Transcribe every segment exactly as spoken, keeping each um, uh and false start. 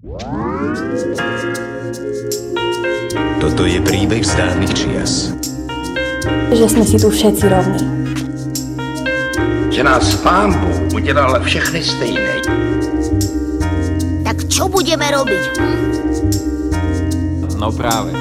Toto je príbeh z dávnych čias. Že sme si tu všetci rovní. Že nás Pán Bůh udělal všechny stejné. Tak čo budeme robiť? Hm? No práve.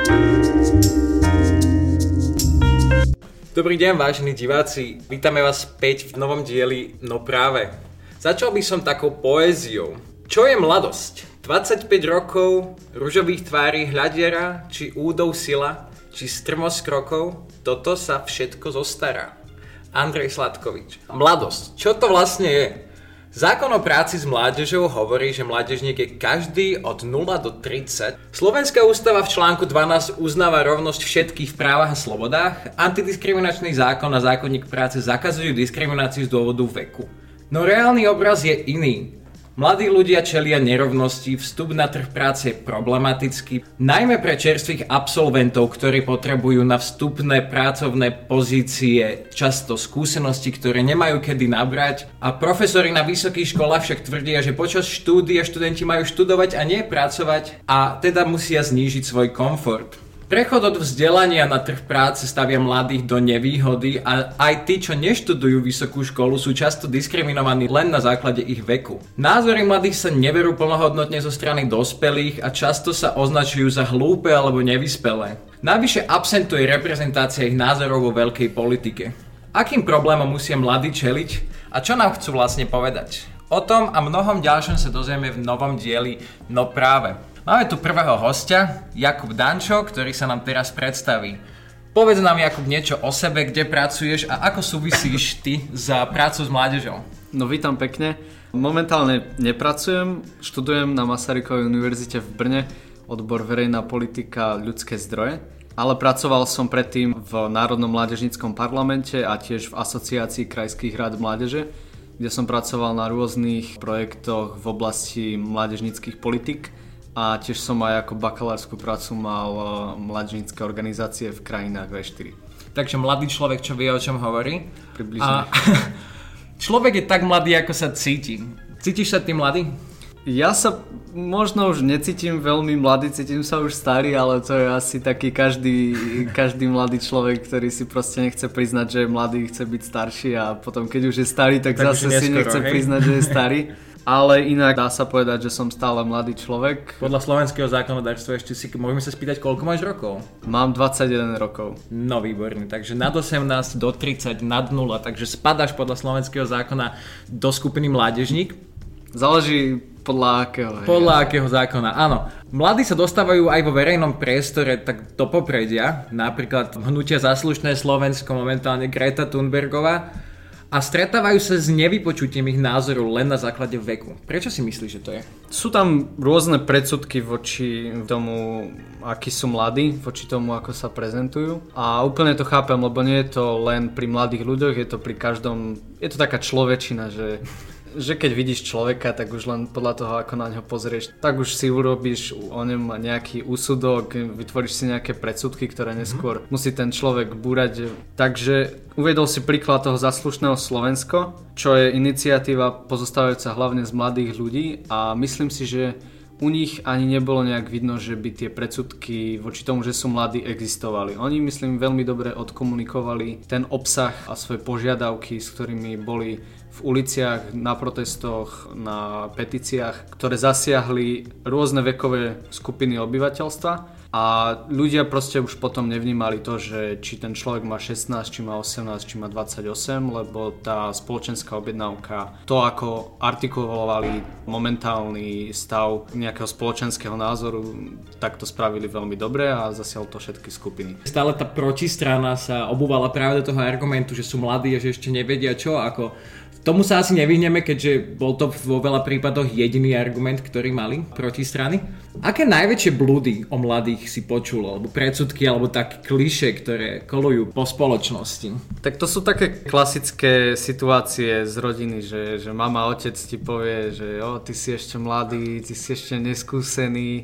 Dobrý deň, vážení diváci. Vítame vás späť v novom dieli No práve. Začal by som takou poéziou. Čo je mladosť? dvadsaťpäť rokov, ružových tvári hľadiera, či údov sila, či strmosť krokov, toto sa všetko zostará. Andrej Sladkovič. Mladosť. Čo to vlastne je? Zákon o práci s mládežou hovorí, že mládežník je každý od nula do tridsať. Slovenská ústava v článku dvanásť uznáva rovnosť všetkých v právach a slobodách. Antidiskriminačný zákon a zákonník práce zakazujú diskrimináciu z dôvodu veku. No reálny obraz je iný. Mladí ľudia čelia nerovnosti, vstup na trh práce je problematický, najmä pre čerstvých absolventov, ktorí potrebujú na vstupné pracovné pozície často skúsenosti, ktoré nemajú kedy nabrať. A profesori na vysokých školách však tvrdia, že počas štúdia študenti majú študovať a nie pracovať a teda musia znížiť svoj komfort. Prechod od vzdelania na trh práce stavia mladých do nevýhody a aj tí, čo neštudujú vysokú školu, sú často diskriminovaní len na základe ich veku. Názory mladých sa neberú plnohodnotne zo strany dospelých a často sa označujú za hlúpe alebo nevyspelé. Navyše absentuje reprezentácia ich názorov vo veľkej politike. Akým problémom musia mladí čeliť a čo nám chcú vlastne povedať? O tom a mnohom ďalšom sa dozvieme v novom dieli No práve. Máme tu prvého hostia, Jakub Dančo, ktorý sa nám teraz predstaví. Povedz nám, Jakub, niečo o sebe, kde pracuješ a ako súvisíš ty za prácu s mládežou? No vítam pekne. Momentálne nepracujem, študujem na Masarykovej univerzite v Brne, odbor verejná politika ľudské zdroje, ale pracoval som predtým v Národnom mládežníckom parlamente a tiež v Asociácii krajských rád mládeže, kde som pracoval na rôznych projektoch v oblasti mládežníckych politik. A tiež som aj ako bakalárskú prácu mal mládežnícke organizácie v krajinách vé štyri. Takže mladý človek, čo vie, o čom hovorí. Približne. A človek je tak mladý, ako sa cíti. Cítiš sa ty mladý? Ja sa možno už necítim veľmi mladý, cítim sa už starý, ale to je asi taký každý, každý mladý človek, ktorý si proste nechce priznať, že je mladý, chce byť starší a potom keď už je starý, tak, tak zase si nechce hej? priznať, že je starý. Ale inak dá sa povedať, že som stále mladý človek. Podľa slovenského zákonodárstva ešte si môžeme sa spýtať, koľko máš rokov? Mám dvadsaťjeden rokov. No výborný, takže nad osemnásť do tridsať, nad nula, takže spadáš podľa slovenského zákona do skupiny mládežník? Záleží podľa akého. Podľa je. akého zákona, áno. Mladí sa dostávajú aj vo verejnom priestore tak do popredia, napríklad hnutia Zaslušné Slovensko, momentálne Greta Thunbergová. A stretávajú sa s nevypočutím ich názorov len na základe veku. Prečo si myslíš, že to je? Sú tam rôzne predsudky voči tomu, akí sú mladí, voči tomu, ako sa prezentujú. A úplne to chápem, lebo nie je to len pri mladých ľuďoch, je to pri každom, je to taká človečina, že... že keď vidíš človeka, tak už len podľa toho, ako na ňo pozrieš, tak už si urobíš o ňom nejaký úsudok, vytvoríš si nejaké predsudky, ktoré neskôr mm-hmm. musí ten človek búrať. Takže uviedol si príklad toho Zaslušného Slovensko, čo je iniciatíva pozostávajúca hlavne z mladých ľudí a myslím si, že u nich ani nebolo nejak vidno, že by tie predsudky voči tomu, že sú mladí, existovali. Oni, myslím, veľmi dobre odkomunikovali ten obsah a svoje požiadavky, s ktorými boli v uliciach, na protestoch, na petíciách, ktoré zasiahli rôzne vekové skupiny obyvateľstva. A ľudia proste už potom nevnímali to, že či ten človek má šestnásť, či má osemnásť, či má dvadsaťosem, lebo tá spoločenská objednávka, to ako artikulovali momentálny stav nejakého spoločenského názoru, tak to spravili veľmi dobre a zasiahlo to všetky skupiny. Stále tá protistrana sa obúvala práve do toho argumentu, že sú mladí a že ešte nevedia čo, ako... Tomu sa asi nevyhneme, keďže bol to vo veľa prípadoch jediný argument, ktorý mali protistrany. Aké najväčšie blúdy o mladých si počul, alebo predsudky, alebo také klišé, ktoré kolujú po spoločnosti? Tak to sú také klasické situácie z rodiny, že, že mama, otec ti povie, že o, ty si ešte mladý, ty si ešte neskúsený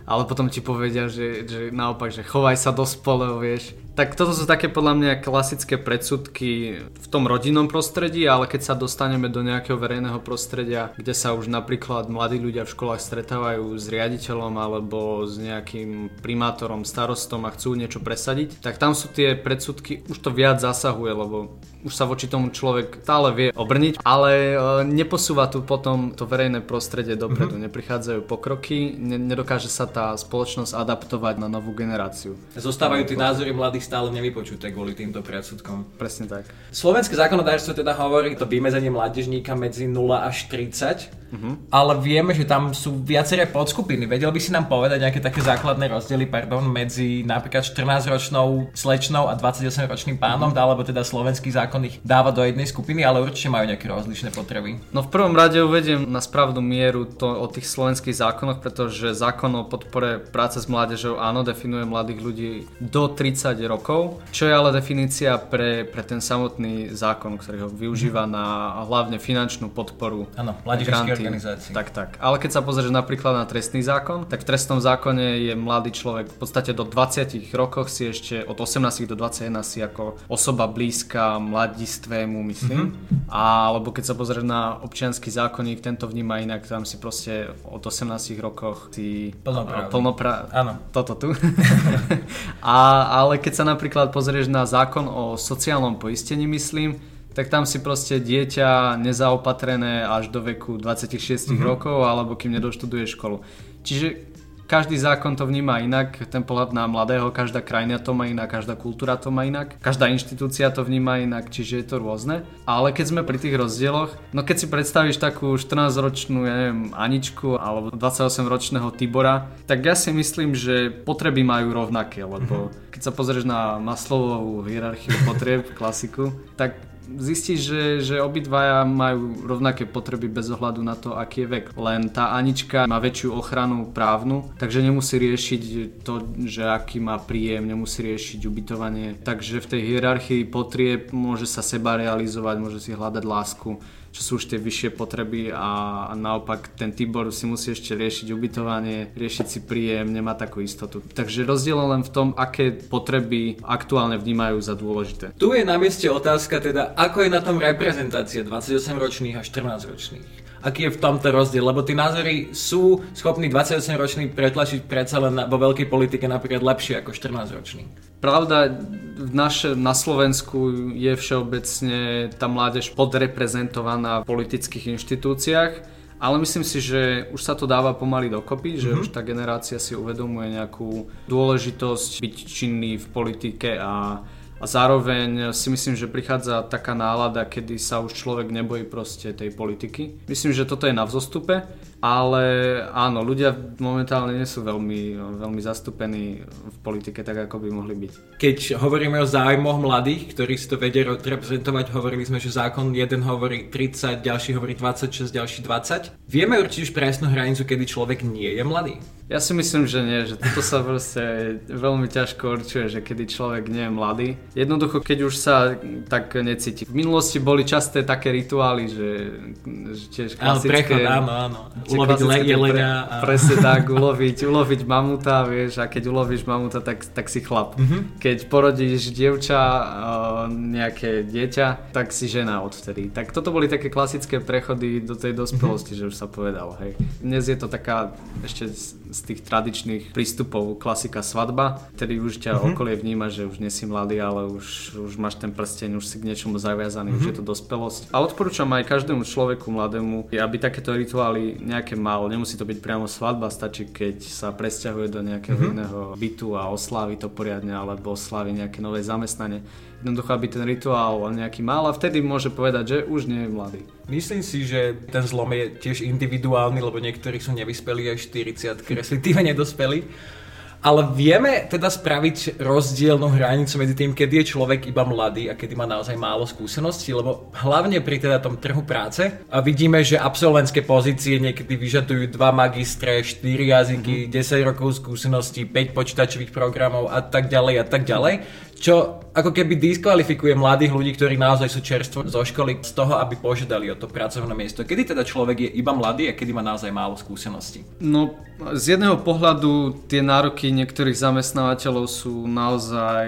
ale potom ti povedia, že, že naopak, že chovaj sa dospelého, vieš. Tak toto sú také podľa mňa klasické predsudky v tom rodinnom prostredí, ale keď sa dostaneme do nejakého verejného prostredia, kde sa už napríklad mladí ľudia v školách stretávajú s riaditeľom alebo s nejakým primátorom, starostom a chcú niečo presadiť, tak tam sú tie predsudky, už to viac zasahuje, lebo už sa voči tomu človek stále vie obrniť, ale e, neposúva tu potom to verejné prostredie dopredu, mm-hmm. neprichádzajú pokroky, ne, nedokáže sa tá spoločnosť adaptovať na novú generáciu. Zostávajú tie názory mladých stále nevypočuté kvôli týmto predsudkom. Presne tak. Slovenské zákonodárstvo teda hovorí to vymedzenie mládežníka medzi nula až tridsať, mm-hmm. ale vieme, že tam sú viaceré podskupiny. Vedel by si nám povedať nejaké také základné rozdiely, pardon, medzi napríklad štrnásťročnou slečnou a dvadsaťosemročným pánom, mm-hmm. alebo teda slovenský zákon ich dáva do jednej skupiny, ale určite majú nejaké rozličné potreby. No v prvom rade uvediem na správnu mieru to o tých slovenských zákonoch, pretože zákon o podpore práce s mládežou áno, definuje mladých ľudí do tridsať rokov, čo je ale definícia pre, pre ten samotný zákon, ktorý ho využíva mm. na hlavne finančnú podporu. Áno, mládežníckej organizácii. Tak, tak. Ale keď sa pozrieš napríklad na trestný zákon, tak v trestnom zákone je mladý človek v podstate do dvadsiatich rokoch si ešte od osemnásť do dvadsaťjeden si ako osoba blízka mladistvému, myslím. Mm-hmm. Alebo keď sa pozrieš na občiansky zákonník, tento vníma inak, tam si proste od osemnástich rokoch si plnoprávny. Plnoprá... Áno. Toto tu. A, ale keď sa napríklad pozrieš na zákon o sociálnom poistení, myslím, tak tam si proste dieťa nezaopatrené až do veku dvadsaťšesť mm-hmm. rokov, alebo kým nedoštuduje školu. Čiže každý zákon to vníma inak, ten pohľad na mladého, každá krajina to má inak, každá kultúra to má inak, každá inštitúcia to vníma inak, čiže je to rôzne. Ale keď sme pri tých rozdieloch, no keď si predstavíš takú štrnásťročnú, ja neviem, Aničku alebo dvadsaťosemročného Tibora, tak ja si myslím, že potreby majú rovnaké, lebo keď sa pozrieš na Maslowovú hierarchiu potrieb, klasiku, tak zistíš, že, že obidvaja majú rovnaké potreby bez ohľadu na to, aký je vek. Len tá Anička má väčšiu ochranu právnu, takže nemusí riešiť to, že aký má príjem, nemusí riešiť ubytovanie. Takže v tej hierarchii potrieb môže sa seba realizovať, môže si hľadať lásku, čo sú už tie vyššie potreby, a naopak ten Tibor si musí ešte riešiť ubytovanie, riešiť si príjem, nemá takú istotu. Takže rozdiel len v tom, aké potreby aktuálne vnímajú za dôležité. Tu je na mieste otázka teda, ako je na tom reprezentácia dvadsaťosemročných a štrnásťročných. Aký je v tomto rozdiel, lebo tí názory sú schopní dvadsaťosemroční pretlačiť predsa len vo veľkej politike napríklad lepšie ako štrnásťroční. Pravda, v naše, na Slovensku je všeobecne tá mládež podreprezentovaná v politických inštitúciách, ale myslím si, že už sa to dáva pomaly dokopy, že mm-hmm. už tá generácia si uvedomuje nejakú dôležitosť byť činný v politike, a A zároveň si myslím, že prichádza taká nálada, kedy sa už človek nebojí proste tej politiky. Myslím, že toto je na vzostupe, ale áno, ľudia momentálne nie sú veľmi, veľmi zastúpení v politike tak, ako by mohli byť. Keď hovoríme o záujmoch mladých, ktorí si to vedia reprezentovať, hovorili sme, že zákon jeden hovorí tridsať, ďalší hovorí dvadsaťšesť, ďalší dvadsať. Vieme určite už presnú hranicu, kedy človek nie je mladý? Ja si myslím, že nie, že toto sa proste veľmi ťažko určuje, že kedy človek nie je mladý. Jednoducho, keď už sa tak necíti. V minulosti boli časté také rituály, že, že tiež klasické... Áno, prechod, áno, áno. Uloviť le- jelenia. A... Presne tak, uloviť, uloviť mamuta, vieš, a keď ulovíš mamuta, tak, tak si chlap. Mm-hmm. Keď porodíš dievča, nejaké dieťa, tak si žena odvtedy. Tak toto boli také klasické prechody do tej dospelosti, mm-hmm. že už sa povedalo, hej. Dnes je to taká ešte z tých tradičných prístupov klasika svadba, ktorý už ťa mm-hmm. okolie vníma, že už nie si mladý, ale už, už máš ten prsteň, už si k niečomu zaviazaný, mm-hmm. už je to dospelosť. A odporúčam aj každému človeku mladému, aby takéto rituály nejaké mal. Nemusí to byť priamo svadba, stačí, keď sa presťahuje do nejakého mm-hmm. iného bytu a oslávi to poriadne, alebo oslávi nejaké nové zamestnanie. Jednoducho, aby ten rituál nejaký mal, a vtedy môže povedať, že už nie je mladý. Myslím si, že ten zlom je tiež individuálny, lebo niektorí sú nevyspelí aj štyridsiatky, respektíve nedospelí. Ale vieme teda spraviť rozdielnú hranicu medzi tým, kedy je človek iba mladý a kedy má naozaj málo skúseností, lebo hlavne pri teda tom trhu práce a vidíme, že absolventské pozície niekedy vyžadujú dva magistre, štyri jazyky, desať rokov skúseností, päť počítačových programov a tak ďalej a tak ďalej, čo ako keby diskvalifikuje mladých ľudí, ktorí naozaj sú čerstvo zo školy z toho, aby požiadali o to pracovné miesto. Kedy teda človek je iba mladý a kedy má naozaj málo skúseností? No, z jedného pohľadu tie nároky niektorých zamestnávateľov sú naozaj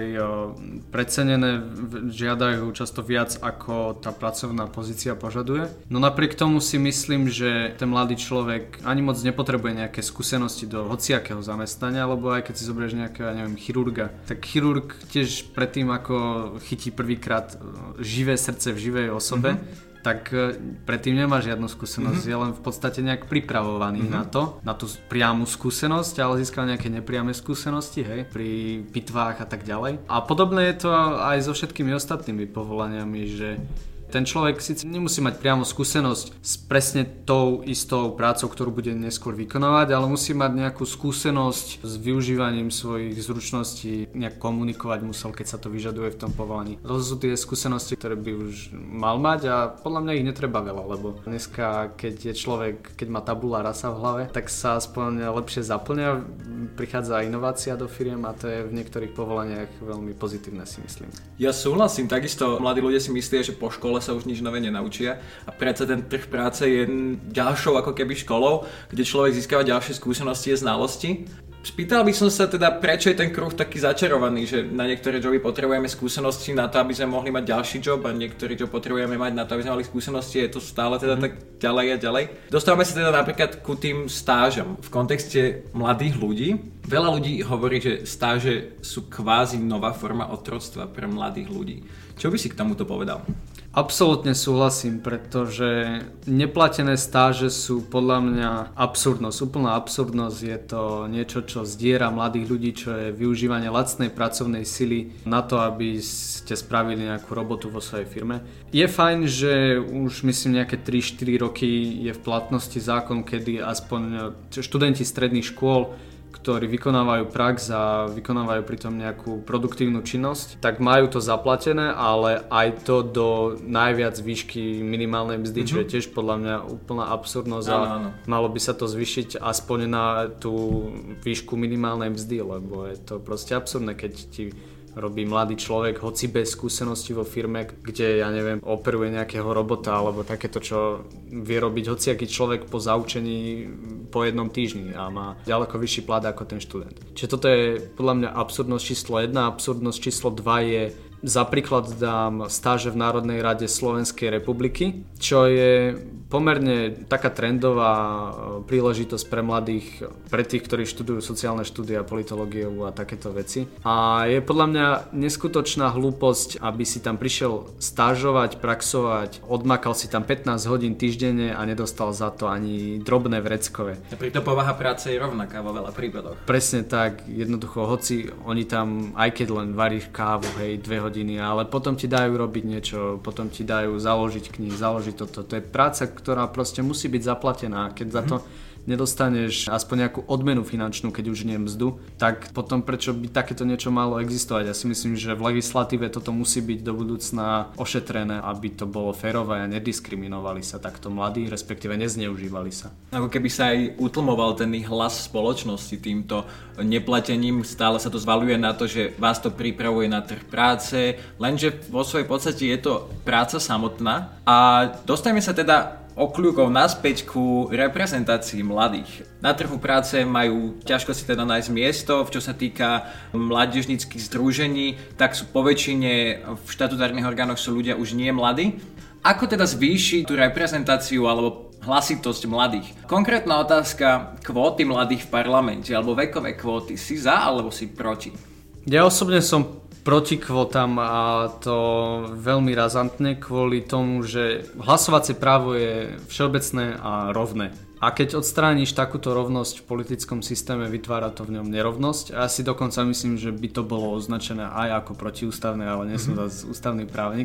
precenené, žiadajú často viac, ako tá pracovná pozícia požaduje. No napriek tomu si myslím, že ten mladý človek ani moc nepotrebuje nejaké skúsenosti do hociakého zamestnania, lebo aj keď si zoberieš nejakého, neviem, chirurga, tak chirurg tiež predtým, ako chytí prvýkrát živé srdce v živej osobe, mm-hmm. tak predtým nemá žiadnu skúsenosť, mm-hmm. je len v podstate nejak pripravovaný mm-hmm. na to, na tú priamu skúsenosť, ale získal nejaké nepriame skúsenosti, hej, pri pitvách a tak ďalej. A podobné je to aj so všetkými ostatnými povolaniami, že ten človek síce nemusí mať priamo skúsenosť s presne tou istou prácou, ktorú bude neskôr vykonávať, ale musí mať nejakú skúsenosť s využívaním svojich zručností, nejak komunikovať musel, keď sa to vyžaduje v tom povolaní. To sú tie skúsenosti, ktoré by už mal mať a podľa mňa ich netreba veľa, lebo dneska, keď je človek, keď má tabula rasa v hlave, tak sa aspoň lepšie zaplňa, prichádza inovácia do firiem a to je v niektorých povolaniach veľmi pozitívne, si myslím. Ja súhlasím, takisto mladí ľudia si myslia, že po škole sa už nič nové nenaučia a predsa ten trh práce je ďalšou ako keby školou, kde človek získava ďalšie skúsenosti a znalosti. Spýtal by som sa teda, prečo je ten kruh taký začarovaný, že na niektoré joby potrebujeme skúsenosti na to, aby sme mohli mať ďalší job a niektorý job potrebujeme mať na to, aby sme mali skúsenosti, je to stále teda mm. tak ďalej a ďalej. Dostávame sa teda napríklad ku tým stážam. V kontexte mladých ľudí, veľa ľudí hovorí, že stáže sú kvázi nová forma otroctva pre mladých ľudí. Čo by si k tomuto povedal? Absolútne súhlasím, pretože neplatené stáže sú podľa mňa absurdnosť, úplná absurdnosť. Je to niečo, čo zdiera mladých ľudí, čo je využívanie lacnej pracovnej sily na to, aby ste spravili nejakú robotu vo svojej firme. Je fajn, že už myslím nejaké tri štyri roky je v platnosti zákon, kedy aspoň študenti stredných škôl, ktorí vykonávajú prax a vykonávajú pritom nejakú produktívnu činnosť, tak majú to zaplatené, ale aj to do najviac výšky minimálnej mzdy, mm-hmm. čo je tiež podľa mňa úplná absurdnosť a áno, áno. malo by sa to zvýšiť aspoň na tú výšku minimálnej mzdy, lebo je to proste absurdné, keď ti robí mladý človek, hoci bez skúsenosti vo firme, kde, ja neviem, operuje nejakého robota alebo takéto, čo vie robiť hociaký človek po zaučení po jednom týždni a má ďaleko vyšší plat ako ten študent. Čiže toto je podľa mňa absurdnosť číslo jedna. Absurdnosť číslo dva je, za príklad dám stáže v Národnej rade Slovenskej republiky, čo je pomerne taká trendová príležitosť pre mladých, pre tých, ktorí študujú sociálne štúdie a politológiu a takéto veci. A je podľa mňa neskutočná hlúposť, aby si tam prišiel stážovať, praxovať, odmakal si tam pätnásť hodín týždenne a nedostal za to ani drobné vreckové. A pritom povaha práce je rovnaká vo veľa prípadoch. Presne tak, jednoducho, hoci oni tam, aj keď len varíš kávu, hej, dve hodiny, ale potom ti dajú robiť niečo, potom ti dajú založiť knihy, založiť toto. To je práca, ktorá proste musí byť zaplatená. Keď za to nedostaneš aspoň nejakú odmenu finančnú, keď už nie mzdu, tak potom prečo by takéto niečo malo existovať? Ja si myslím, že v legislatíve toto musí byť do budúcna ošetrené, aby to bolo férové a nediskriminovali sa takto mladí, respektíve nezneužívali sa. Ako keby sa aj utlmoval ten hlas spoločnosti týmto neplatením, stále sa to zvaľuje na to, že vás to pripravuje na trh práce, lenže vo svojej podstate je to práca samotná a dostaneme sa teda okľúkov naspäť ku reprezentácii mladých. Na trhu práce majú ťažko si teda nájsť miesto, čo sa týka mládežníckych združení, tak sú poväčšine v štatutárnych orgánoch sú ľudia už nie mladí. Ako teda zvýšiť tú reprezentáciu alebo hlasitosť mladých? Konkrétna otázka, kvóty mladých v parlamente alebo vekové kvóty, si za alebo si proti? Ja osobne som proti kvótam a to veľmi razantne kvôli tomu, že hlasovacie právo je všeobecné a rovné. A keď odstrániš takúto rovnosť v politickom systéme, vytvára to v ňom nerovnosť. A ja si dokonca myslím, že by to bolo označené aj ako protiústavné, ale nie som zase ústavný právnik.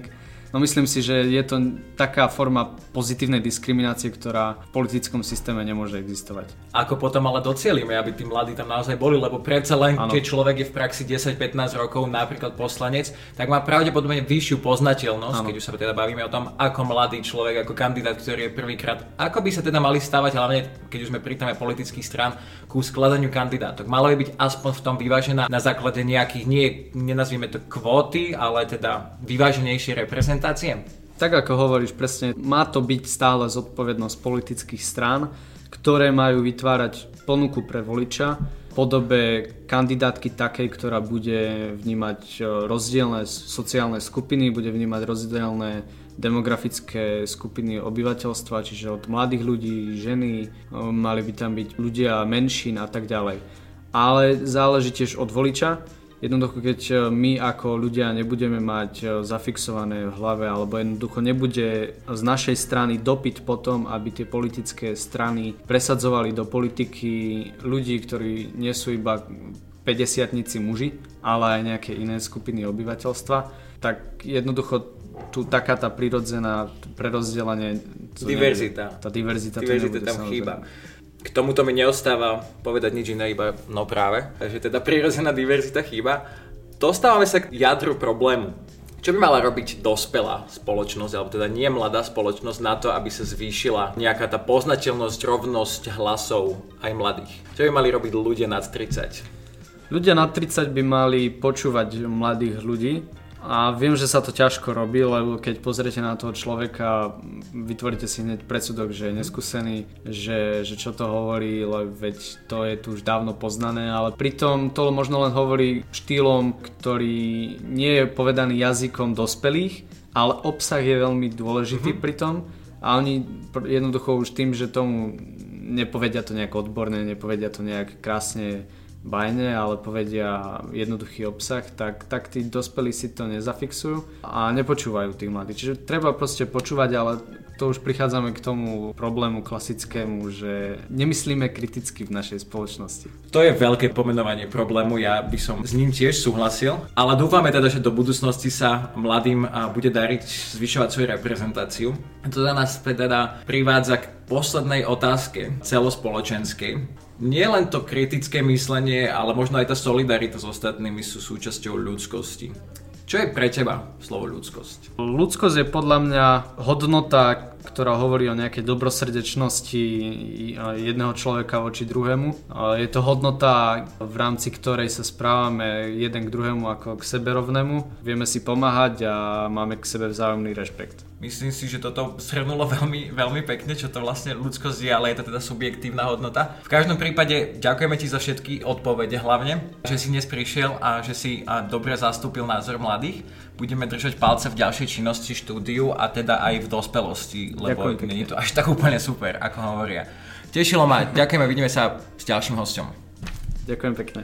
No myslím si, že je to taká forma pozitívnej diskriminácie, ktorá v politickom systéme nemôže existovať. Ako potom ale docielime, aby tí mladí tam naozaj boli, lebo predsa len, ano. Keď človek je v praxi desať pätnásť rokov, napríklad poslanec, tak má pravdepodobne vyššiu poznateľnosť, ano. Keď už sa teda bavíme o tom, ako mladý človek, ako kandidát, ktorý je prvýkrrat, ako by sa teda mali stávať, hlavne keď už sme pri téme politických strán, ku skladaniu kandidátok. Malo by byť aspoň v tom vyvážená na základe nejakých, nie, nenazvime to kvóty, ale teda vyváženejšie reprezentácie. Tak ako hovoríš presne, má to byť stále zodpovednosť politických strán, ktoré majú vytvárať ponuku pre voliča v podobe kandidátky takej, ktorá bude vnímať rozdielne sociálne skupiny, bude vnímať rozdielne demografické skupiny obyvateľstva, čiže od mladých ľudí, ženy, mali by tam byť ľudia menšín a tak ďalej. Ale záleží tiež od voliča. Jednoducho, keď my ako ľudia nebudeme mať zafixované v hlave, alebo jednoducho nebude z našej strany dopyt potom, aby tie politické strany presadzovali do politiky ľudí, ktorí nie sú iba päťdesiatnici muži, ale aj nejaké iné skupiny obyvateľstva, tak jednoducho tu taká tá prirodzená prerozdelenie... Diverzita. Tá diverzita, diverzita tam samozrejme chýba. K tomuto mi neostáva povedať nič iné, iba no práve. Takže teda prirodzená diverzita chýba. Dostávame sa k jadru problému. Čo by mala robiť dospelá spoločnosť, alebo teda nie mladá spoločnosť na to, aby sa zvýšila nejaká tá poznateľnosť, rovnosť hlasov aj mladých? Čo by mali robiť ľudia nad tridsať? Ľudia nad tridsať by mali počúvať mladých ľudí. A viem, že sa to ťažko robí, lebo keď pozriete na toho človeka, vytvoríte si hneď predsudok, že je neskúsený, že, že čo to hovorí, lebo veď to je tu už dávno poznané, ale pritom to možno len hovorí štýlom, ktorý nie je povedaný jazykom dospelých, ale obsah je veľmi dôležitý mm-hmm. pri tom a oni jednoducho už tým, že tomu nepovedia to nejak odborne, nepovedia to nejak krásne bajne, ale povedia jednoduchý obsah, tak, tak tí dospelí si to nezafixujú a nepočúvajú tých mladých. Čiže treba proste počúvať, ale to už prichádzame k tomu problému klasickému, že nemyslíme kriticky v našej spoločnosti. To je veľké pomenovanie problému, ja by som s ním tiež súhlasil, ale dúfame teda, že do budúcnosti sa mladým bude dariť zvyšovať svoju reprezentáciu. To nás teda privádza k poslednej otázke celospoločenskej. Nie len to kritické myslenie, ale možno aj tá solidarita s ostatnými sú súčasťou ľudskosti. Čo je pre teba slovo ľudskosť? Ľudskosť je podľa mňa hodnota, ktorá hovorí o nejakej dobrosrdečnosti jedného človeka voči druhému. Je to hodnota, v rámci ktorej sa správame jeden k druhému ako k sebe rovnému. Vieme si pomáhať a máme k sebe vzájomný rešpekt. Myslím si, že toto shrnulo veľmi, veľmi pekne, čo to vlastne ľudskosť je, ale je to teda subjektívna hodnota. V každom prípade ďakujeme ti za všetky odpovede hlavne, že si dnes prišiel a že si dobre zastúpil názor mladých. Budeme držať palce v ďalšej činnosti štúdiu a teda aj v dospelosti, lebo nie je to až tak úplne super, ako hovoria. Tešilo ma, ďakujeme, vidíme sa s ďalším hosťom. Ďakujem pekne.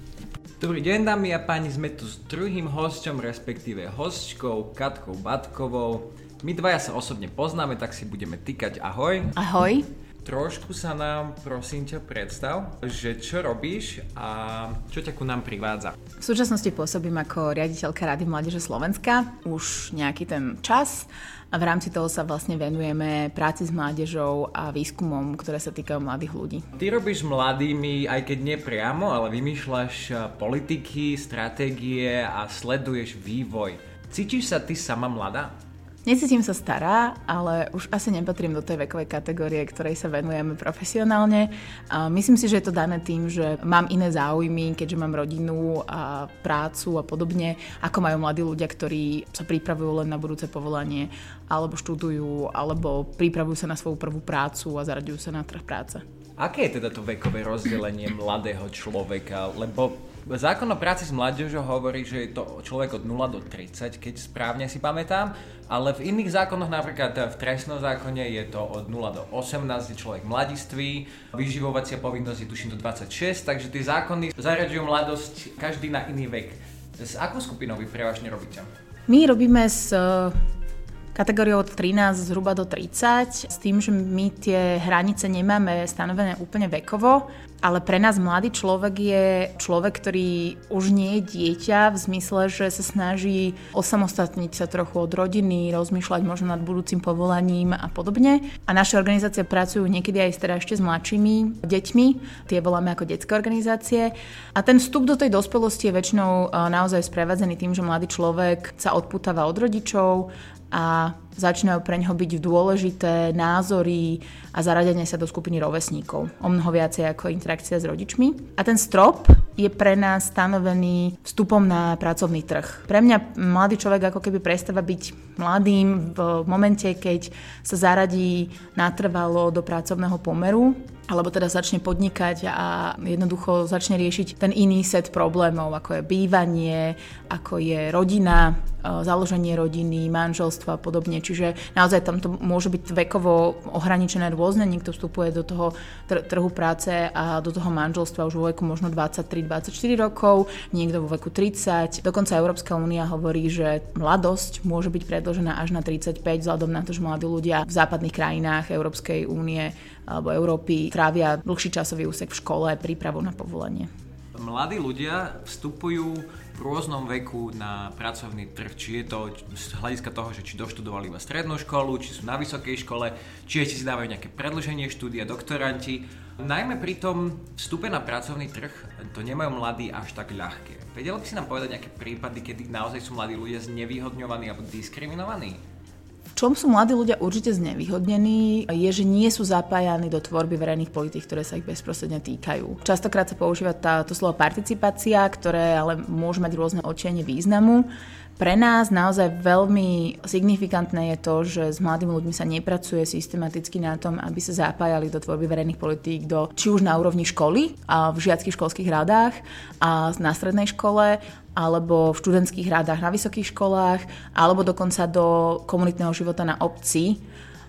Dobrý deň, dámy a páni, sme tu s druhým hosťom, respektíve hostčkou Katkou Batkovou. My dvaja sa osobne poznáme, tak si budeme tykať ahoj. Ahoj. Trošku sa nám, prosím ťa, predstav, že čo robíš a čo ťa ku nám privádza. V súčasnosti pôsobím ako riaditeľka Rady Mládeže Slovenska už nejaký ten čas a v rámci toho sa vlastne venujeme práci s mládežou a výskumom, ktoré sa týkajú mladých ľudí. Ty robíš mladými, aj keď nie priamo, ale vymýšľaš politiky, stratégie a sleduješ vývoj. Cítiš sa ty sama mladá? Necítim sa stará, ale už asi nepatrím do tej vekovej kategórie, ktorej sa venujeme profesionálne. A myslím si, že je to dané tým, že mám iné záujmy, keďže mám rodinu a prácu a podobne, ako majú mladí ľudia, ktorí sa pripravujú len na budúce povolanie, alebo študujú, alebo pripravujú sa na svoju prvú prácu a zaraďujú sa na trh práce. Aké je teda to vekové rozdelenie mladého človeka? Lebo zákon o práci s mládežou hovorí, že je to človek od nula do tridsať, keď správne si pamätám, ale v iných zákonoch, napríklad v trestnom zákone, je to od nula do osemnásť, je človek mladistvý, vyživovacia povinnosť je tuším do dvadsaťšesť, takže tie zákony zaraďujú mladosť každý na iný vek. S akou skupinou vy prevažne robíte? My robíme s Kategóriou od trinásť zhruba do tridsať, s tým, že my tie hranice nemáme stanovené úplne vekovo, ale pre nás mladý človek je človek, ktorý už nie je dieťa v zmysle, že sa snaží osamostatniť sa trochu od rodiny, rozmýšľať možno nad budúcim povolaním a podobne. A naše organizácie pracujú niekedy aj teda ešte s mladšími deťmi, tie voláme ako detské organizácie. A ten vstup do tej dospelosti je väčšinou naozaj sprevádzaný tým, že mladý človek sa odpútava od rodičov a začínajú pre ňoho byť dôležité názory a zaradenie sa do skupiny rovesníkov. O mnoho viacej ako interakcia s rodičmi. A ten strop je pre nás stanovený vstupom na pracovný trh. Pre mňa mladý človek ako keby prestáva byť mladým v momente, keď sa zaradí natrvalo do pracovného pomeru, alebo teda začne podnikať a jednoducho začne riešiť ten iný set problémov, ako je bývanie, ako je rodina, založenie rodiny, manželstva a podobne. Čiže naozaj tam to môže byť vekovo ohraničené rôzne. Niekto vstupuje do toho tr- trhu práce a do toho manželstva už vo veku možno dvadsaťtri dvadsaťštyri rokov, niekto vo veku tridsať. Dokonca Európska únia hovorí, že mladosť môže byť predĺžená až na tridsaťpäť, vzhľadom na to, že mladí ľudia v západných krajinách Európskej únie alebo Európy trávia dlhší časový úsek v škole, prípravu na povolanie. Mladí ľudia vstupujú v rôznom veku na pracovný trh, či je to z hľadiska toho, že či doštudovali iba strednú školu, či sú na vysokej škole, či ešte si dávajú nejaké predĺženie štúdia, doktoranti. Najmä pri tom vstupe na pracovný trh to nemajú mladí až tak ľahké. Vedel by si nám povedať nejaké prípady, kedy naozaj sú mladí ľudia znevýhodňovaní alebo diskriminovaní? V čom sú mladí ľudia určite znevýhodnení, je, že nie sú zapájani do tvorby verejných politík, ktoré sa ich bezprostredne týkajú. Častokrát sa používa tá, to slovo participácia, ktoré ale môže mať rôzne odtiene významu. Pre nás naozaj veľmi signifikantné je to, že s mladými ľuďmi sa nepracuje systematicky na tom, aby sa zapájali do tvorby verejných politík, do, či už na úrovni školy, a v žiackych školských radách a na strednej škole, alebo v študentských radách na vysokých školách, alebo dokonca do komunitného života na obci.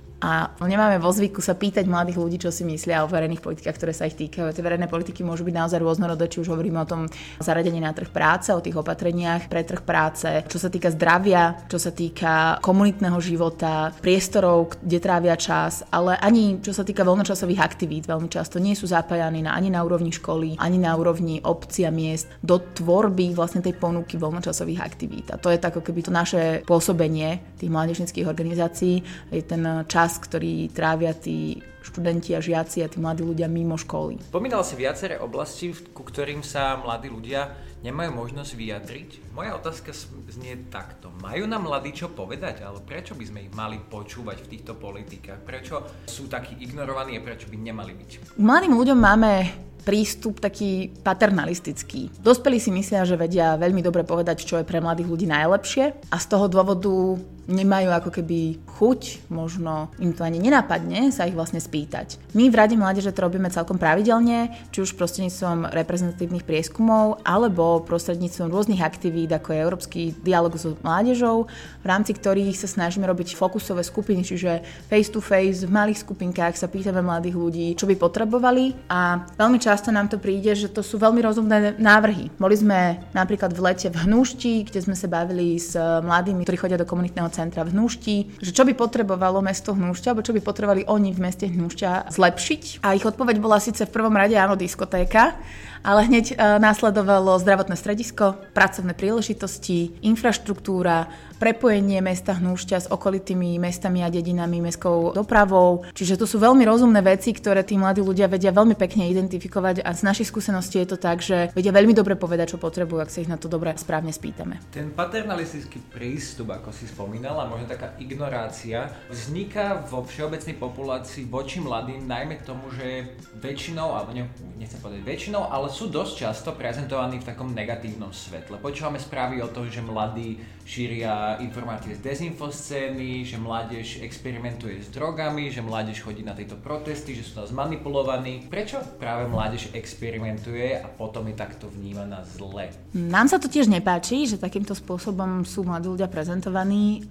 A nemáme vo zvyku sa pýtať mladých ľudí, čo si myslia o verejných politikách, ktoré sa ich týkajú. Tie verejné politiky môžu byť naozaj rôznorodé, či už hovoríme o tom zaradení na trh práce, o tých opatreniach pre trh práce, čo sa týka zdravia, čo sa týka komunitného života, priestorov, kde trávia čas, ale ani čo sa týka voľnočasových aktivít, veľmi často nie sú zapájani na, ani na úrovni školy, ani na úrovni obcí a miest do tvorby vlastne tej ponuky voľnočasových aktivít. A to je tak, ako keby to naše pôsobenie tých mládežníckych organizácií, je ten čas, ktorý trávia tí študenti a žiaci a tí mladí ľudia mimo školy. Spomínal si viaceré oblasti, ku ktorým sa mladí ľudia nemajú možnosť vyjadriť. Moja otázka znie takto. Majú nám mladí čo povedať? Ale prečo by sme ich mali počúvať v týchto politikách? Prečo sú takí ignorovaní a prečo by nemali byť? Mladým ľuďom máme prístup taký paternalistický. Dospelí si myslia, že vedia veľmi dobre povedať, čo je pre mladých ľudí najlepšie a z toho dôvodu nemajú ako keby chuť, možno im to ani nenapadne sa ich vlastne spýtať. My v Rade mládeže to robíme celkom pravidelne, či už prostredníctvom reprezentatívnych prieskumov alebo prostredníctvom rôznych aktivít, ako je Európsky dialóg s mládežou, v rámci ktorých sa snažíme robiť fokusové skupiny, čiže face to face v malých skupinkách sa pýtame mladých ľudí, čo by potrebovali a veľmi často nám to príde, že to sú veľmi rozumné návrhy. Boli sme napríklad v lete v Hnúšti, kde sme sa bavili s mladými, ktorí chodia do komunitného centra v Hnúšti, že čo by potrebovalo mesto Hnúšťa, alebo čo by potrebovali oni v meste Hnúšťa zlepšiť. A ich odpoveď bola síce v prvom rade áno, diskotéka, ale hneď e, následovalo zdravotné stredisko, pracovné príležitosti, infraštruktúra, prepojenie mesta Hnúšťa s okolitými mestami a dedinami, mestskou dopravou. Čiže to sú veľmi rozumné veci, ktoré tí mladí ľudia vedia veľmi pekne identifikovať a z našich skúseností je to tak, že vedia veľmi dobre povedať, čo potrebujú, ak sa ich na to dobre správne spýtame. Ten paternalistický prístup, ako si spomínala, možno taká ignorácia, vzniká vo všeobecnej populácii voči mladým, najmä k tomu, že väčšinou, alebo ne, nechcem povedať väčšinou, ale sú dosť často prezentovaní v takom negatívnom svetle. Počúvame správy o tom, že mladí šíria informácie z dezinfoscény, že mládež experimentuje s drogami, že mládež chodí na tieto protesty, že sú tam zmanipulovaní. Prečo práve mládež experimentuje a potom je takto vnímaná zle? Nám sa to tiež nepáči, že takýmto spôsobom sú mladí ľudia prezentovaní.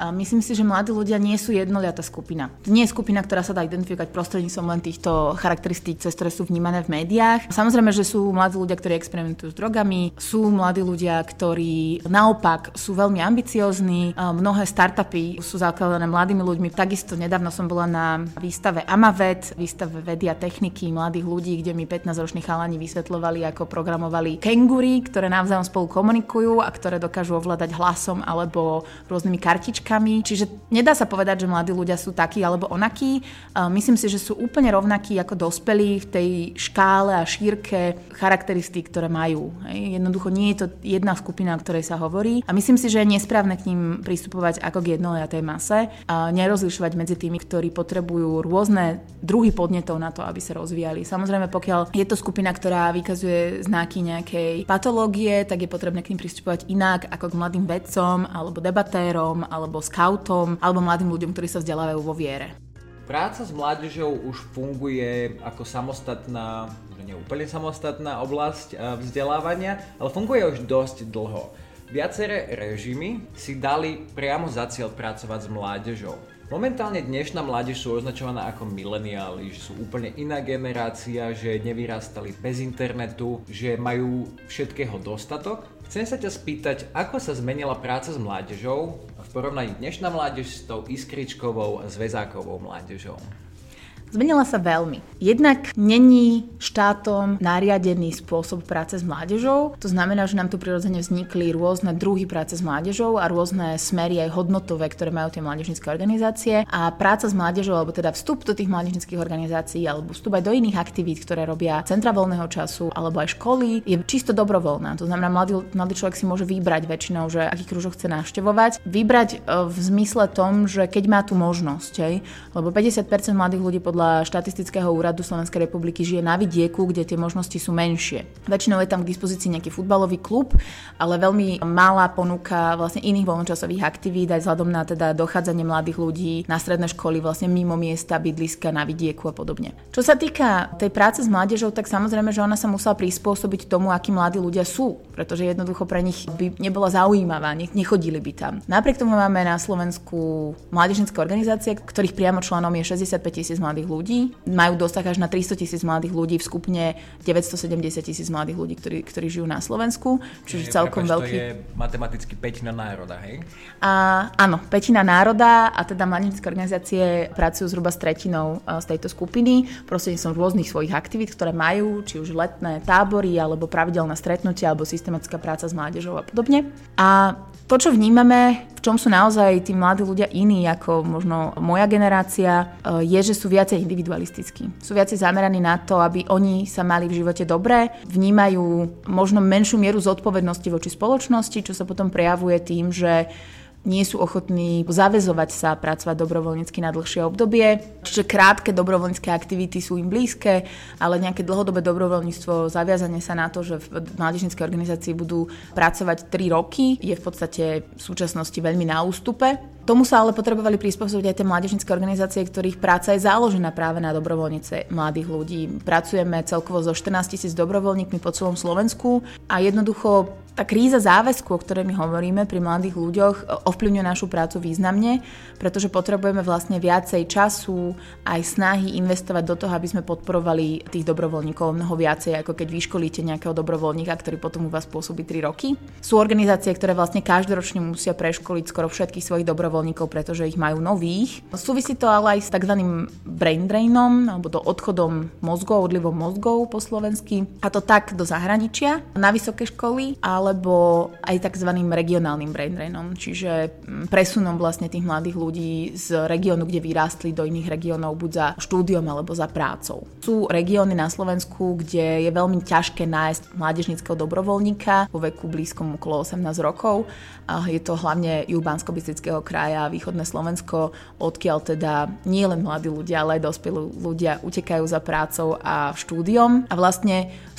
A myslím si, že mladí ľudia nie sú jednoliatá skupina. To nie je skupina, ktorá sa dá identifikovať prostredníctvom len týchto charakteristík, cez ktoré sú vnímané v médiách. Samozrejme, že sú mladí ľudia, ktorí experimentujú s drogami, sú mladí ľudia, ktorí naopak sú veľmi ambiciózni. Mnohé startupy sú zakladané mladými ľuďmi. Takisto nedávno som bola na výstave Amavet, výstave vedy a techniky mladých ľudí, kde mi pätnásťroční chalani vysvetľovali, ako programovali kengúry, ktoré navzájom spolu komunikujú a ktoré dokážu ovládať hlasom alebo rôznymi kartičkami. Čiže nedá sa povedať, že mladí ľudia sú takí alebo onakí. Myslím si, že sú úplne rovnakí ako dospelí v tej škále a šírke charakteristík, ktoré majú. Jednoducho nie je to jedna skupina, o ktorej sa hovorí. A myslím si, že je nesprávne k ním pristupovať ako k jednoliatej mase a nerozlišovať medzi tými, ktorí potrebujú rôzne druhy podnetov na to, aby sa rozvíjali. Samozrejme, pokiaľ je to skupina, ktorá vykazuje znaky nejakej patológie, tak je potrebné k ním pristupovať inak ako k mladým vedcom, alebo debatérom, alebo skautom, alebo mladým ľuďom, ktorí sa vzdelávajú vo viere. Práca s mládežou už funguje ako samostatná, nie úplne samostatná oblasť vzdelávania, ale funguje už dosť dlho. Viaceré režimy si dali priamo za cieľ pracovať s mládežou. Momentálne dnešná mládež sú označovaná ako mileniáli, že sú úplne iná generácia, že nevyrastali bez internetu, že majú všetkého dostatok. Chcem sa ťa spýtať, ako sa zmenila práca s mládežou v porovnaní dnešná mládež s tou iskričkovou a zväzákovou mládežou? Zmenila sa veľmi. Jednak není štátom nariadený spôsob práce s mládežou. To znamená, že nám tu prirodzene vznikli rôzne druhy práce s mládežou a rôzne smery aj hodnotové, ktoré majú tie mládežnícke organizácie. A práca s mládežou, alebo teda vstup do tých mládežníckych organizácií, alebo vstup aj do iných aktivít, ktoré robia centra voľného času, alebo aj školy, je čisto dobrovoľná. To znamená, mladý, mladý človek si môže vybrať väčšinou, že aký kružok chce navštevovať. Vybrať v zmysle tom, že keď má tú možnosť, hej, lebo päťdesiat percent mladých ľudí podľa štatistického úradu Slovenskej republiky žije na vidieku, kde tie možnosti sú menšie. Väčšinou je tam k dispozícii nejaký futbalový klub, ale veľmi malá ponuka vlastne iných voľnočasových aktivít aj vzhľadom na teda dochádzanie mladých ľudí na stredné školy vlastne mimo miesta, bydliska, na vidieku a podobne. Čo sa týka tej práce s mládežou, tak samozrejme, že ona sa musela prispôsobiť tomu, akí mladí ľudia sú, pretože jednoducho pre nich by nebola zaujímavá, nechodili by tam. Napriek tomu máme na Slovensku mládežnícke organizácie, ktorých priamo členom je šesťdesiatpäť tisíc mladých ľudí. Majú dosah až na tristo tisíc mladých ľudí v skupine deväťstosedemdesiat tisíc mladých ľudí, ktorí, ktorí žijú na Slovensku. Čiže je, celkom prepač, veľký. To je matematicky pätina národa, hej? A, áno, pätina národa a teda mládežnícke organizácie pracujú zhruba s tretinou z tejto skupiny prostredníctvom rôznych svojich aktivít, ktoré majú, či už letné tábory, alebo pravidelné stretnutia, alebo systematická práca s mládežou a podobne. A to, čo vnímame, v čom sú naozaj tí mladí ľudia iní ako možno moja generácia, je, že sú viacej individualistickí. Sú viacej zameraní na to, aby oni sa mali v živote dobre, vnímajú možno menšiu mieru zodpovednosti voči spoločnosti, čo sa potom prejavuje tým, že nie sú ochotní zaväzovať sa pracovať dobrovoľnícky na dlhšie obdobie. Čiže krátke dobrovoľnícke aktivity sú im blízke, ale nejaké dlhodobé dobrovoľníctvo, zaviazanie sa na to, že v mládežníckej organizácii budú pracovať tri roky, je v podstate v súčasnosti veľmi na ústupe. Tomu sa ale potrebovali prispôsobiť aj tie mládežnícke organizácie, ktorých práca je záložená práve na dobrovoľnice mladých ľudí. Pracujeme celkovo so štrnásť tisíc dobrovoľníkmi po celom Slovensku a jednoducho tá kríza záväzku, o ktorej my hovoríme pri mladých ľuďoch, ovplyvňuje našu prácu významne, pretože potrebujeme vlastne viacej času aj snahy investovať do toho, aby sme podporovali tých dobrovoľníkov mnoho viacej, ako keď vyškolíte nejakého dobrovoľníka, ktorý potom u vás pôsobí tri roky. Sú organizácie, ktoré vlastne každoročne musia preškoliť skoro všetkých svojich dobrovoľníkov, pretože ich majú nových. Súvisí to ale aj s takzvaným brain drainom, alebo do odchodom mozgov, odlivom mozgov po slovensky, a to tak do zahraničia, na vysoké školy, alebo aj takzvaným regionálnym brain drainom, čiže presunom vlastne tých mladých ľudí z regiónu, kde vyrástli, do iných regiónov, buď za štúdiom alebo za prácou. Sú regióny na Slovensku, kde je veľmi ťažké nájsť mládežníckeho dobrovoľníka vo veku blízkom okolo osemnásť rokov. A je to hlavne juh Banskobystrického kraja a východné Slovensko, odkiaľ teda nie len mladí ľudia, ale aj dospelí ľudia utekajú za prácou a štúdiom. A vlastne z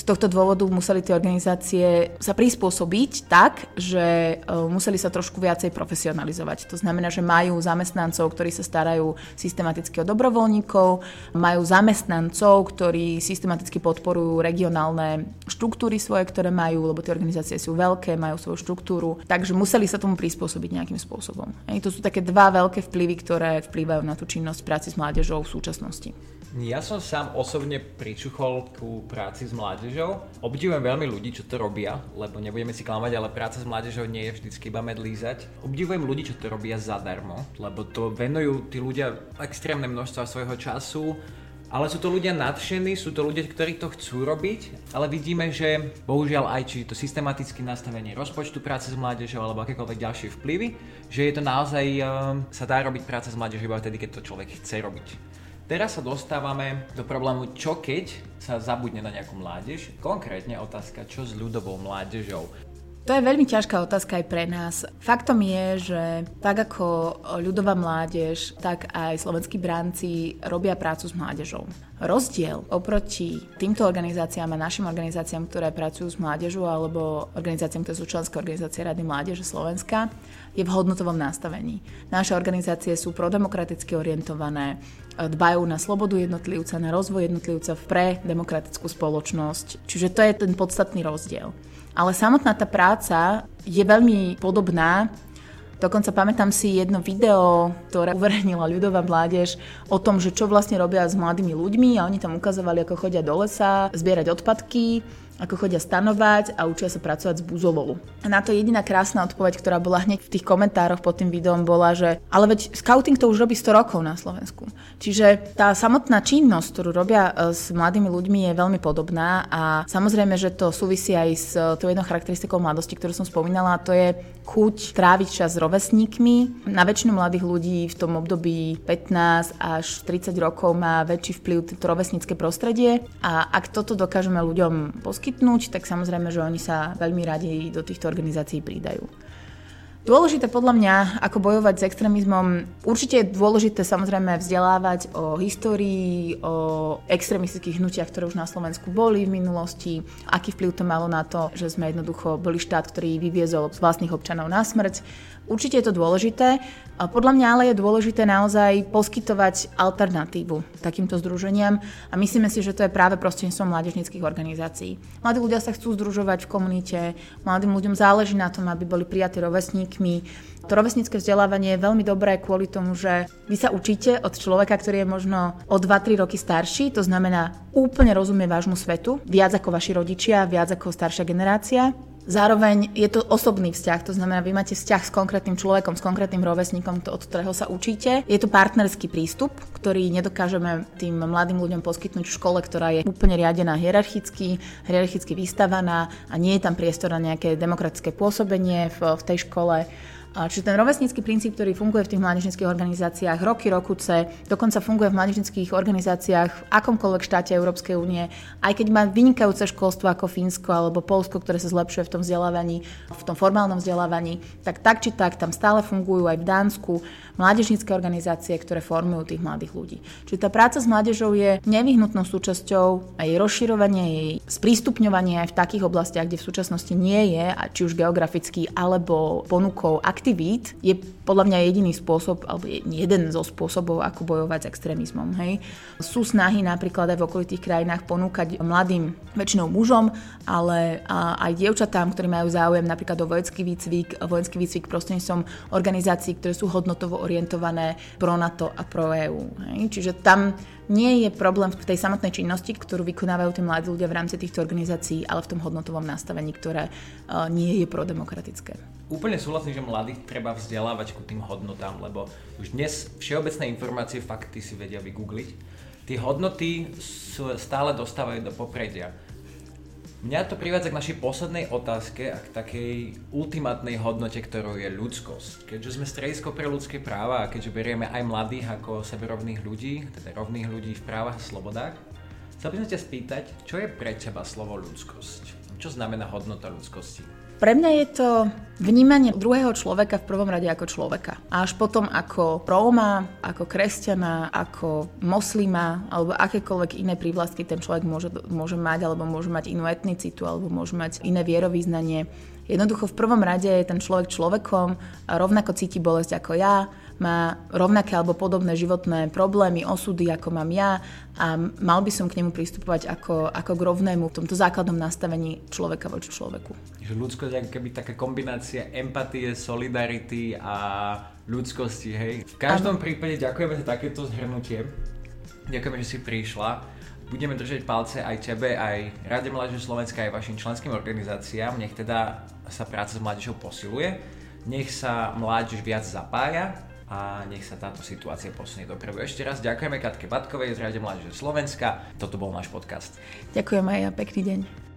Z tohto dôvodu museli tie organizácie sa prispôsobiť tak, že museli sa trošku viacej profesionalizovať. To znamená, že majú zamestnancov, ktorí sa starajú systematicky o dobrovoľníkov, majú zamestnancov, ktorí systematicky podporujú regionálne štruktúry svoje, ktoré majú, lebo tie organizácie sú veľké, majú svoju štruktúru, takže museli sa tomu prispôsobiť nejakým spôsobom. Hej, to sú také dva veľké vplyvy, ktoré vplývajú na tú činnosť práci s mládežou v súčasnosti. Ja som sám osobne pričuchol ku práci s mládežou. Obdivujem veľmi ľudí, čo to robia, lebo nebudeme si klamať, ale práca s mládežou nie je vždycky iba medlízať. Obdivujem ľudí, čo to robia zadarmo, lebo to venujú tí ľudia extrémne množstvo svojho času, ale sú to ľudia nadšení, sú to ľudia, ktorí to chcú robiť, ale vidíme, že bohužiaľ aj či to systematické nastavenie rozpočtu práce s mládežou alebo akékoľvek ďalšie vplyvy, že je to naozaj, uh, sa dá robiť práca s mládežou iba vtedy, keď to človek chce robiť. Teraz sa dostávame do problému, čo keď sa zabudne na nejakú mládež, konkrétne otázka, čo s ľudovou mládežou. To je veľmi ťažká otázka aj pre nás. Faktom je, že tak ako ľudová mládež, tak aj slovenskí bránci robia prácu s mládežou. Rozdiel oproti týmto organizáciám a našim organizáciám, ktoré pracujú s mládežou, alebo organizáciám, ktoré sú členské organizácie Rady mládeže Slovenska, je v hodnotovom nastavení. Naše organizácie sú prodemokraticky orientované, dbajú na slobodu jednotlivca, na rozvoj jednotlivca pre demokratickú spoločnosť. Čiže to je ten podstatný rozdiel. Ale samotná tá práca je veľmi podobná. Dokonca pamätám si jedno video, ktoré uverejnila ľudová mládež o tom, že čo vlastne robia s mladými ľuďmi a oni tam ukazovali, ako chodia do lesa, zbierať odpadky, ako chodia stanovať a učia sa pracovať s buzolou. A na to jediná krásna odpoveď, ktorá bola hneď v tých komentároch pod tým videom, bola, že ale veď scouting to už robí sto rokov na Slovensku. Čiže tá samotná činnosť, ktorú robia s mladými ľuďmi, je veľmi podobná a samozrejme, že to súvisí aj s tou jednou charakteristikou mladosti, ktorú som spomínala, a to je chuť tráviť čas s rovesníkmi. Na väčšinu mladých ľudí v tom období pätnásť až tridsať rokov má väčší vplyv to rovesnícke prostredie a ak toto dokážeme ľuďom poskytnúť, tak samozrejme, že oni sa veľmi radi do týchto organizácií pridajú. Dôležité podľa mňa, ako bojovať s extrémizmom, určite je dôležité samozrejme vzdelávať o histórii, o extrémistických hnutiach, ktoré už na Slovensku boli v minulosti, aký vplyv to malo na to, že sme jednoducho boli štát, ktorý vyviezol z vlastných občanov na smrť. Určite je to dôležité. Podľa mňa ale je dôležité naozaj poskytovať alternatívu takýmto združeniam a myslíme si, že to je práve prostredníctvom mládežníckych organizácií. Mladí ľudia sa chcú združovať v komunite, mladým ľuďom záleží na tom, aby boli prijatí rovesníkmi. To rovesnícke vzdelávanie je veľmi dobré kvôli tomu, že vy sa učíte od človeka, ktorý je možno o dva tri roky starší, to znamená úplne rozumie vášmu svetu, viac ako vaši rodičia, viac ako staršia generácia. Zároveň je to osobný vzťah, to znamená, vy máte vzťah s konkrétnym človekom, s konkrétnym rovesníkom, od ktorého sa učíte. Je to partnerský prístup, ktorý nedokážeme tým mladým ľuďom poskytnúť v škole, ktorá je úplne riadená hierarchicky, hierarchicky vystavaná a nie je tam priestor na nejaké demokratické pôsobenie v, v tej škole. Čiže ten rovesnícky princíp, ktorý funguje v tých mládežníckych organizáciách roky, rokuce, dokonca funguje v mládežníckych organizáciách v akomkoľvek štáte Európskej únie, aj keď má vynikajúce školstvo ako Fínsko alebo Poľsko, ktoré sa zlepšuje v tom vzdelávaní, v tom formálnom vzdelávaní, tak tak či tak tam stále fungujú aj v Dánsku mládežnícke organizácie, ktoré formujú tých mladých ľudí. Čiže tá práca s mládežou je nevyhnutnou súčasťou a jej rozširovanie, jej sprístupňovanie aj v takých oblastiach, kde v súčasnosti nie je, či už geograficky alebo ponukou aktivít, je podľa mňa jediný spôsob, alebo jeden zo spôsobov, ako bojovať s extrémizmom. Hej. Sú snahy napríklad aj v okolitých krajinách ponúkať mladým, väčšinou mužom, ale aj dievčatám, ktorí majú záujem napríklad o vojenský výcvik, vojenský výcvik prostredníctvom organizácií, ktoré sú hodnotovo orientované pro NATO a pro é ú. Hej. Čiže tam nie je problém v tej samotnej činnosti, ktorú vykonávajú tí mladí ľudia v rámci týchto organizácií, ale v tom hodnotovom nastavení, ktoré uh, nie je prodemokratické. Úplne súhlasím, že mladých treba vzdelávať ku tým hodnotám, lebo už dnes všeobecné informácie, fakty si vedia vygoogliť. Tie hodnoty sú, stále dostávajú do popredia. Mňa to privádza k našej poslednej otázke a k takej ultimátnej hodnote, ktorou je ľudskosť. Keďže sme stredisko pre ľudské práva a keďže berieme aj mladých ako seberovných ľudí, teda rovných ľudí v právach a slobodách, chcel by som ťa spýtať, čo je pre teba slovo ľudskosť? Čo znamená hodnota ľudskosti? Pre mňa je to vnímanie druhého človeka v prvom rade ako človeka. A až potom ako Róma, ako kresťana, ako moslima, alebo akékoľvek iné prívlastky ten človek môže, môže mať, alebo môže mať inú etnicitu, alebo môže mať iné vierovýznanie. Jednoducho v prvom rade je ten človek človekom, a rovnako cíti bolesť ako ja, má rovnaké alebo podobné životné problémy, osudy ako mám ja a mal by som k nemu pristupovať ako, ako k rovnému v tomto základnom nastavení človeka voči človeku. Že ľudskosť je ako keby taká kombinácia empatie, solidarity a ľudskosti, hej. V každom ano. prípade ďakujeme za takéto zhrnutie. Ďakujeme, že si prišla. Budeme držať palce aj tebe, aj Rade mládeže Slovenska, aj vašim členským organizáciám. Nech teda sa práca s mládežou posiluje. Nech sa mládež viac zapája a nech sa táto situácia posunie dopredu. Ešte raz ďakujeme Katke Batkovej z Rade mládeže Slovenska. Toto bol náš podcast. Ďakujem aj ja, pekný deň.